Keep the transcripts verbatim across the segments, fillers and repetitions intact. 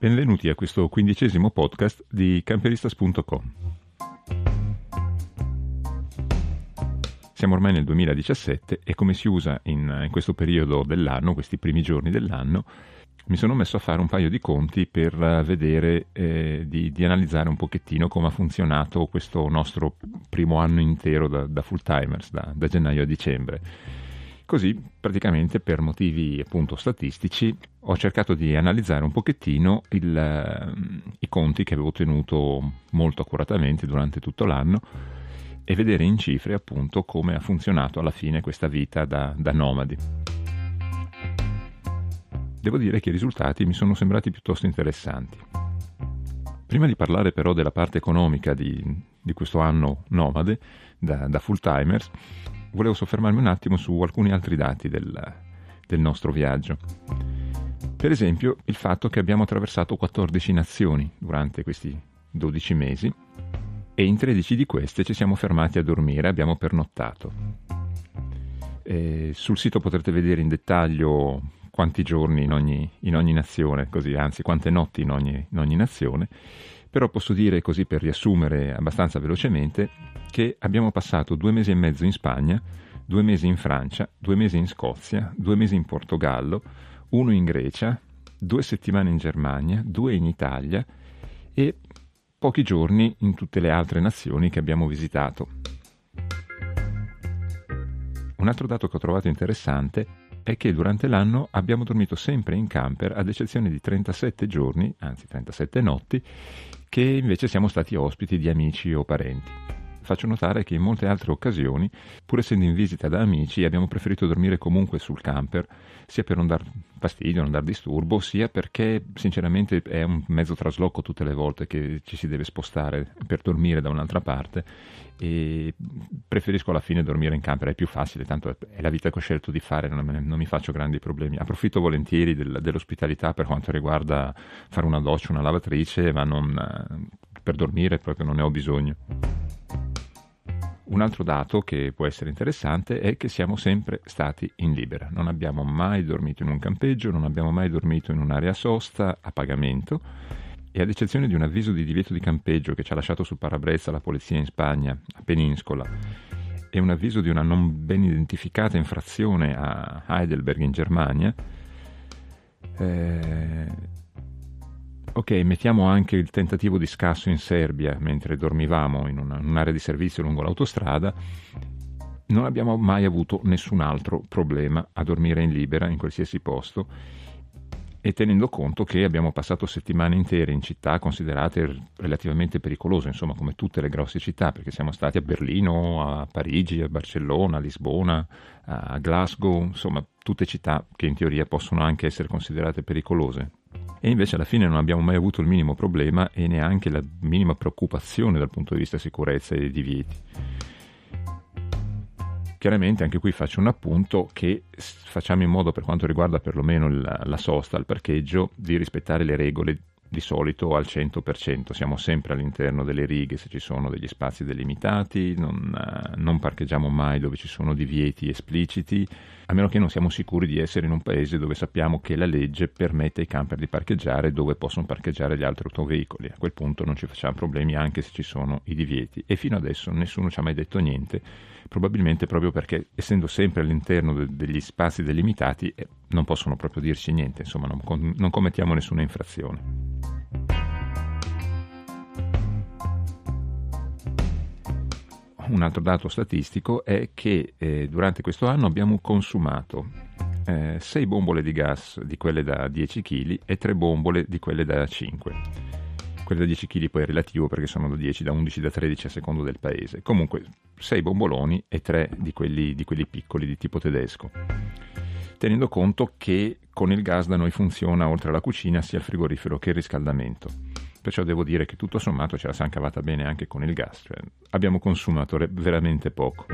Benvenuti a questo quindicesimo podcast di camperistas punto com. Siamo ormai nel duemiladiciassette e come si usa in, in questo periodo dell'anno, questi primi giorni dell'anno, mi sono messo a fare un paio di conti per vedere, eh, di, di analizzare un pochettino come ha funzionato questo nostro primo anno intero da, da full timers, da, da gennaio a dicembre. Così, praticamente per motivi appunto statistici, ho cercato di analizzare un pochettino il, i conti che avevo tenuto molto accuratamente durante tutto l'anno e vedere in cifre appunto come ha funzionato alla fine questa vita da, da nomadi. Devo dire che i risultati mi sono sembrati piuttosto interessanti. Prima di parlare però della parte economica di, di questo anno nomade da, da full timers, volevo soffermarmi un attimo su alcuni altri dati del, del nostro viaggio. Per esempio, il fatto che abbiamo attraversato quattordici nazioni durante questi dodici mesi e in tredici di queste ci siamo fermati a dormire, abbiamo pernottato. E sul sito potrete vedere in dettaglio quanti giorni in ogni, in ogni nazione, così, anzi quante notti in ogni, in ogni nazione, però posso dire così per riassumere abbastanza velocemente che abbiamo passato due mesi e mezzo in Spagna, due mesi in Francia, due mesi in Scozia, due mesi in Portogallo, uno in Grecia, due settimane in Germania, due in Italia e pochi giorni in tutte le altre nazioni che abbiamo visitato. Un altro dato che ho trovato interessante è che durante l'anno abbiamo dormito sempre in camper, ad eccezione di trentasette giorni, anzi trentasette notti, che invece siamo stati ospiti di amici o parenti. Faccio notare che in molte altre occasioni, pur essendo in visita da amici, abbiamo preferito dormire comunque sul camper, sia per non dar fastidio, non dar disturbo, sia perché sinceramente è un mezzo trasloco tutte le volte che ci si deve spostare per dormire da un'altra parte e preferisco alla fine dormire in camper, è più facile, tanto è la vita che ho scelto di fare, non, non mi faccio grandi problemi. Approfitto volentieri del, dell'ospitalità per quanto riguarda fare una doccia, una lavatrice, ma non, per dormire proprio non ne ho bisogno. Un altro dato che può essere interessante è che siamo sempre stati in libera, non abbiamo mai dormito in un campeggio, non abbiamo mai dormito in un'area sosta a pagamento e ad eccezione di un avviso di divieto di campeggio che ci ha lasciato sul parabrezza la polizia in Spagna, a Penínscola, e un avviso di una non ben identificata infrazione a Heidelberg in Germania, eh, ok, mettiamo anche il tentativo di scasso in Serbia mentre dormivamo in una, un'area di servizio lungo l'autostrada, non abbiamo mai avuto nessun altro problema a dormire in libera in qualsiasi posto e tenendo conto che abbiamo passato settimane intere in città considerate relativamente pericolose, insomma come tutte le grosse città, perché siamo stati a Berlino, a Parigi, a Barcellona, a Lisbona, a Glasgow, insomma tutte città che in teoria possono anche essere considerate pericolose. E invece alla fine non abbiamo mai avuto il minimo problema e neanche la minima preoccupazione dal punto di vista sicurezza e divieti. Chiaramente anche qui faccio un appunto che facciamo in modo, per quanto riguarda perlomeno la, la sosta, il parcheggio, di rispettare le regole di solito al cento per cento. Siamo sempre all'interno delle righe se ci sono degli spazi delimitati, non, non parcheggiamo mai dove ci sono divieti espliciti, a meno che non siamo sicuri di essere in un paese dove sappiamo che la legge permette ai camper di parcheggiare dove possono parcheggiare gli altri autoveicoli. A quel punto non ci facciamo problemi anche se ci sono i divieti. E fino adesso nessuno ci ha mai detto niente, probabilmente proprio perché, essendo sempre all'interno de- degli spazi delimitati, eh, non possono proprio dirci niente, insomma non, com- non commettiamo nessuna infrazione. Un altro dato statistico è che eh, durante questo anno abbiamo consumato eh, sei bombole di gas di quelle da dieci chili e tre bombole di quelle da cinque. Quelle da dieci chili poi è relativo perché sono da dieci, da undici, da tredici a secondo del paese. Comunque sei bomboloni e tre di quelli, di quelli piccoli di tipo tedesco. Tenendo conto che con il gas da noi funziona oltre alla cucina sia il frigorifero che il riscaldamento. Perciò devo dire che tutto sommato ce la siamo cavata bene anche con il gas, cioè abbiamo consumato re- veramente poco.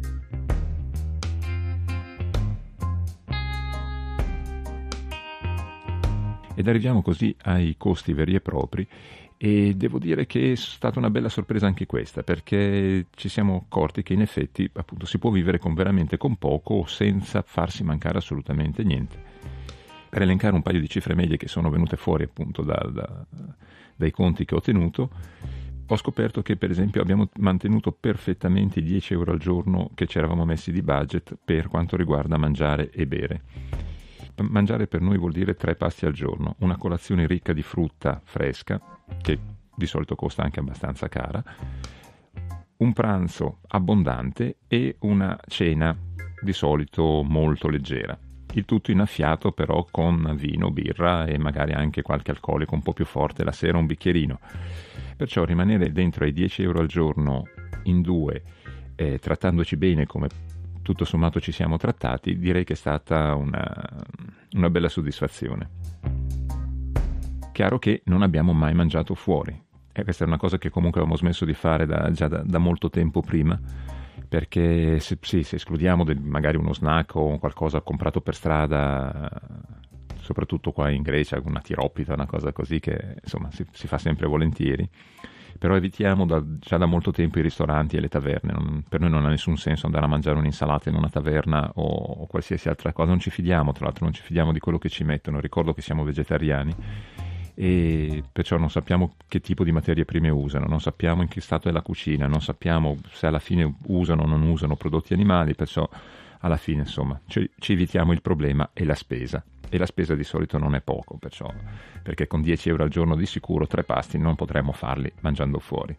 Ed arriviamo così ai costi veri e propri e devo dire che è stata una bella sorpresa anche questa, perché ci siamo accorti che in effetti appunto si può vivere con veramente con poco o senza farsi mancare assolutamente niente. per elencare un paio di cifre medie che sono venute fuori appunto da, da, dai conti che ho tenuto, ho scoperto che per esempio abbiamo mantenuto perfettamente i dieci euro al giorno che ci eravamo messi di budget per quanto riguarda mangiare e bere. Mangiare per noi vuol dire tre pasti al giorno, una colazione ricca di frutta fresca, che di solito costa anche abbastanza cara, un pranzo abbondante e una cena di solito molto leggera. Il tutto innaffiato però con vino, birra e magari anche qualche alcolico un po' più forte, la sera un bicchierino. Perciò rimanere dentro ai dieci euro al giorno in due, eh, trattandoci bene come tutto sommato ci siamo trattati, direi che è stata una, una bella soddisfazione. Chiaro che non abbiamo mai mangiato fuori, e questa è una cosa che comunque avevamo smesso di fare da, già da, da molto tempo prima, perché se, sì, se escludiamo del, magari uno snack o qualcosa comprato per strada, soprattutto qua in Grecia, una tiroppita, una cosa così che insomma si, si fa sempre volentieri, però evitiamo da, già da molto tempo i ristoranti e le taverne. Non, per noi non ha nessun senso andare a mangiare un'insalata in una taverna o, o qualsiasi altra cosa, non ci fidiamo, tra l'altro non ci fidiamo di quello che ci mettono. Ricordo che siamo vegetariani e perciò non sappiamo che tipo di materie prime usano, non sappiamo in che stato è la cucina, non sappiamo se alla fine usano o non usano prodotti animali, perciò alla fine insomma ci, ci evitiamo il problema e la spesa. E la spesa di solito non è poco, perciò, perché con dieci euro al giorno di sicuro tre pasti non potremmo farli mangiando fuori.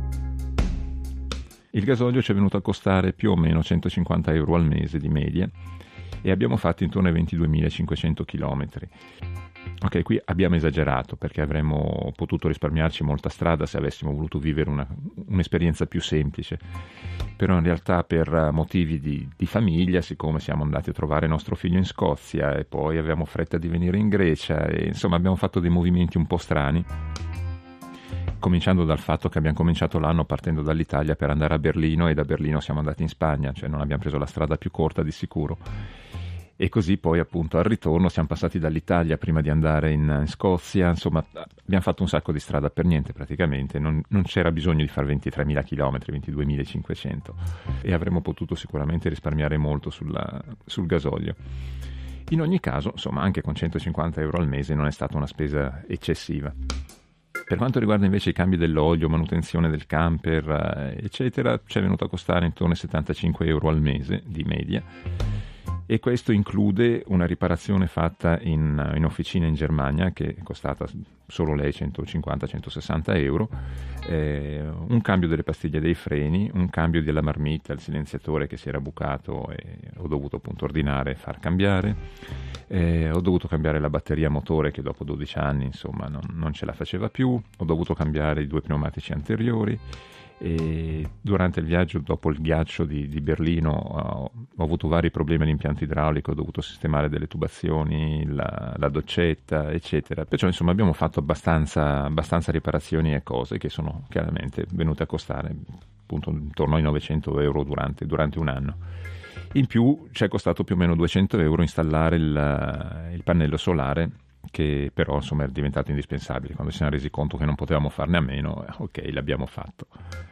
Il gasolio ci è venuto a costare più o meno centocinquanta euro al mese di media e abbiamo fatto intorno ai ventiduemilacinquecento chilometri. Ok, qui abbiamo esagerato perché avremmo potuto risparmiarci molta strada se avessimo voluto vivere una, un'esperienza più semplice, però in realtà per motivi di, di famiglia, siccome siamo andati a trovare nostro figlio in Scozia e poi avevamo fretta di venire in Grecia e insomma abbiamo fatto dei movimenti un po' strani, cominciando dal fatto che abbiamo cominciato l'anno partendo dall'Italia per andare a Berlino e da Berlino siamo andati in Spagna, cioè non abbiamo preso la strada più corta di sicuro. E così poi appunto al ritorno siamo passati dall'Italia prima di andare in, in Scozia, insomma abbiamo fatto un sacco di strada per niente praticamente, non, non c'era bisogno di fare ventitremila chilometri, ventiduemilacinquecento e avremmo potuto sicuramente risparmiare molto sulla, sul gasolio. In ogni caso, insomma, anche con centocinquanta euro al mese non è stata una spesa eccessiva. Per quanto riguarda invece i cambi dell'olio, manutenzione del camper, eccetera, ci è venuto a costare intorno ai settantacinque euro al mese di media. E questo include una riparazione fatta in, in officina in Germania che è costata solo lei centocinquanta centosessanta euro, eh, un cambio delle pastiglie dei freni, un cambio della marmitta, il silenziatore che si era bucato e ho dovuto appunto ordinare e far cambiare, eh, ho dovuto cambiare la batteria motore che dopo dodici anni insomma non, non ce la faceva più, ho dovuto cambiare i due pneumatici anteriori. E durante il viaggio dopo il ghiaccio di, di Berlino ho, ho avuto vari problemi all'impianto idraulico, ho dovuto sistemare delle tubazioni, la, la doccetta eccetera, perciò insomma abbiamo fatto abbastanza, abbastanza riparazioni e cose che sono chiaramente venute a costare appunto intorno ai novecento euro durante, durante un anno. In più ci è costato più o meno duecento euro installare il, il pannello solare, che però insomma è diventato indispensabile. Quando ci siamo resi conto che non potevamo farne a meno, ok, l'abbiamo fatto.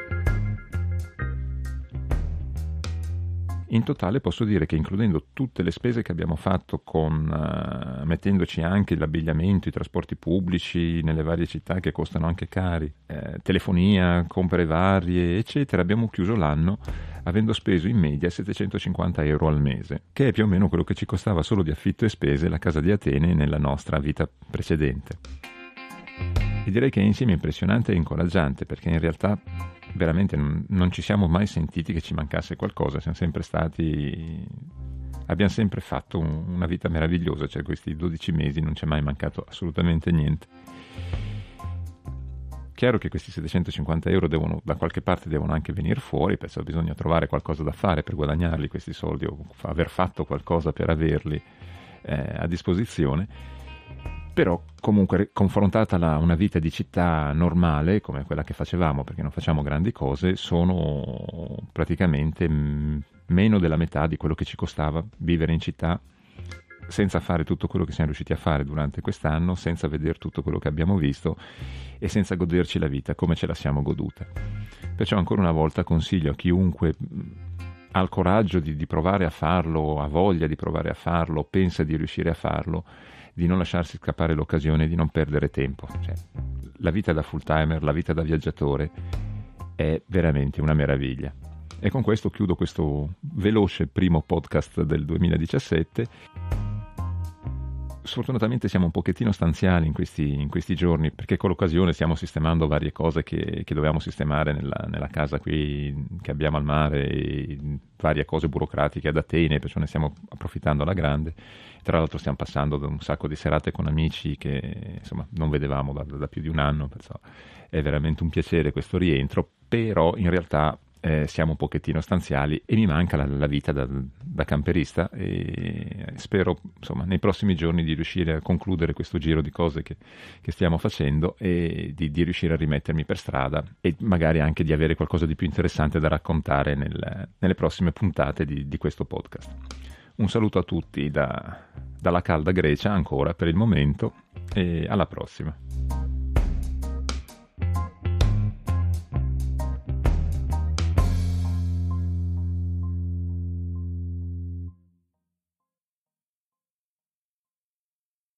In totale posso dire che includendo tutte le spese che abbiamo fatto con uh, mettendoci anche l'abbigliamento, i trasporti pubblici nelle varie città che costano anche cari, eh, telefonia, compere varie eccetera, abbiamo chiuso l'anno avendo speso in media settecentocinquanta euro al mese, che è più o meno quello che ci costava solo di affitto e spese la casa di Atene nella nostra vita precedente. E direi che è insieme impressionante e incoraggiante, perché in realtà veramente non, non ci siamo mai sentiti che ci mancasse qualcosa, siamo sempre stati, abbiamo sempre fatto un, una vita meravigliosa, cioè questi dodici mesi non ci è mai mancato assolutamente niente. Chiaro che questi settecentocinquanta euro devono, da qualche parte devono anche venire fuori, perciò bisogna trovare qualcosa da fare per guadagnarli questi soldi o aver fatto qualcosa per averli eh, a disposizione. Però comunque confrontata a una vita di città normale come quella che facevamo, perché non facciamo grandi cose, sono praticamente mh, meno della metà di quello che ci costava vivere in città senza fare tutto quello che siamo riusciti a fare durante quest'anno, senza vedere tutto quello che abbiamo visto e senza goderci la vita come ce la siamo goduta. Perciò ancora una volta consiglio a chiunque ha il coraggio di, di provare a farlo, ha voglia di provare a farlo, pensa di riuscire a farlo, di non lasciarsi scappare l'occasione, di non perdere tempo. Cioè, la vita da full timer, la vita da viaggiatore è veramente una meraviglia. E con questo chiudo questo veloce primo podcast del duemiladiciassette. Sfortunatamente siamo un pochettino stanziali in questi, in questi giorni, perché con l'occasione stiamo sistemando varie cose che, che dovevamo sistemare nella, nella casa qui che abbiamo al mare, e varie cose burocratiche ad Atene, perciò ne stiamo approfittando alla grande. Tra l'altro stiamo passando da un sacco di serate con amici che insomma non vedevamo da, da più di un anno, perciò è veramente un piacere questo rientro, però in realtà Eh, siamo un pochettino stanziali e mi manca la, la vita da, da camperista, e spero insomma nei prossimi giorni di riuscire a concludere questo giro di cose che, che stiamo facendo e di, di riuscire a rimettermi per strada, e magari anche di avere qualcosa di più interessante da raccontare nel, nelle prossime puntate di, di questo podcast. Un saluto a tutti da, dalla calda Grecia ancora per il momento, e alla prossima.